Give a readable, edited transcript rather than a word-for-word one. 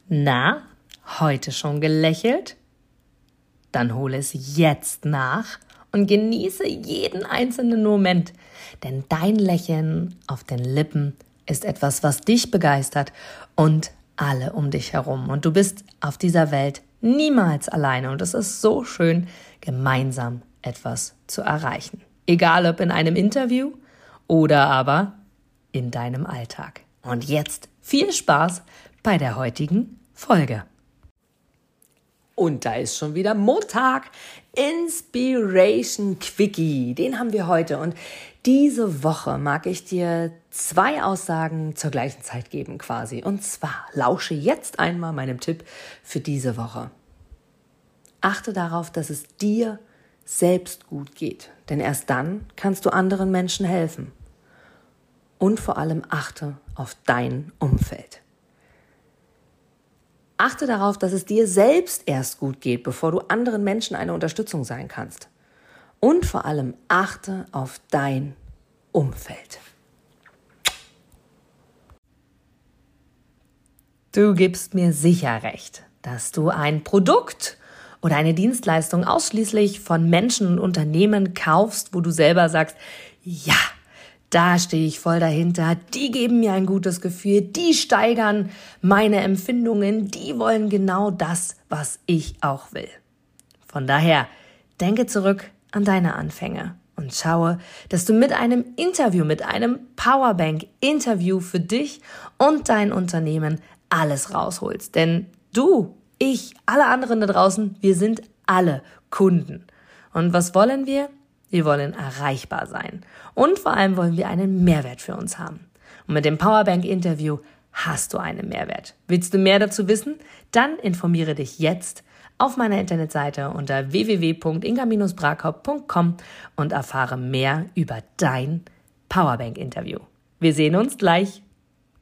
Na, heute schon gelächelt? Dann hole es jetzt nach und genieße jeden einzelnen Moment, denn dein Lächeln auf den Lippen ist etwas, was dich begeistert und alle um dich herum. Und du bist auf dieser Welt niemals alleine und es ist so schön, gemeinsam etwas zu erreichen. Egal ob in einem Interview oder aber in deinem Alltag. Und jetzt viel Spaß bei der heutigen Folge. Und da ist schon wieder Montag. Inspiration Quickie, den haben wir heute. Und diese Woche mag ich dir 2 Aussagen zur gleichen Zeit geben quasi. Und zwar lausche jetzt einmal meinem Tipp für diese Woche. Achte darauf, dass es dir selbst gut geht. Denn erst dann kannst du anderen Menschen helfen. Und vor allem achte auf dein Umfeld. Achte darauf, dass es dir selbst erst gut geht, bevor du anderen Menschen eine Unterstützung sein kannst. Und vor allem achte auf dein Umfeld. Du gibst mir sicher recht, dass du ein Produkt oder eine Dienstleistung ausschließlich von Menschen und Unternehmen kaufst, wo du selber sagst, ja, da stehe ich voll dahinter, die geben mir ein gutes Gefühl, die steigern meine Empfindungen, die wollen genau das, was ich auch will. Von daher, denke zurück an deine Anfänge und schaue, dass du mit einem Interview, mit einem Powerbank-Interview für dich und dein Unternehmen alles rausholst. Denn du, ich, alle anderen da draußen, wir sind alle Kunden. Und was wollen wir? Wir wollen erreichbar sein. Und vor allem wollen wir einen Mehrwert für uns haben. Und mit dem Powerbank-Interview hast du einen Mehrwert. Willst du mehr dazu wissen? Dann informiere dich jetzt auf meiner Internetseite unter www.inga-brakop.com und erfahre mehr über dein Powerbank-Interview. Wir sehen uns gleich.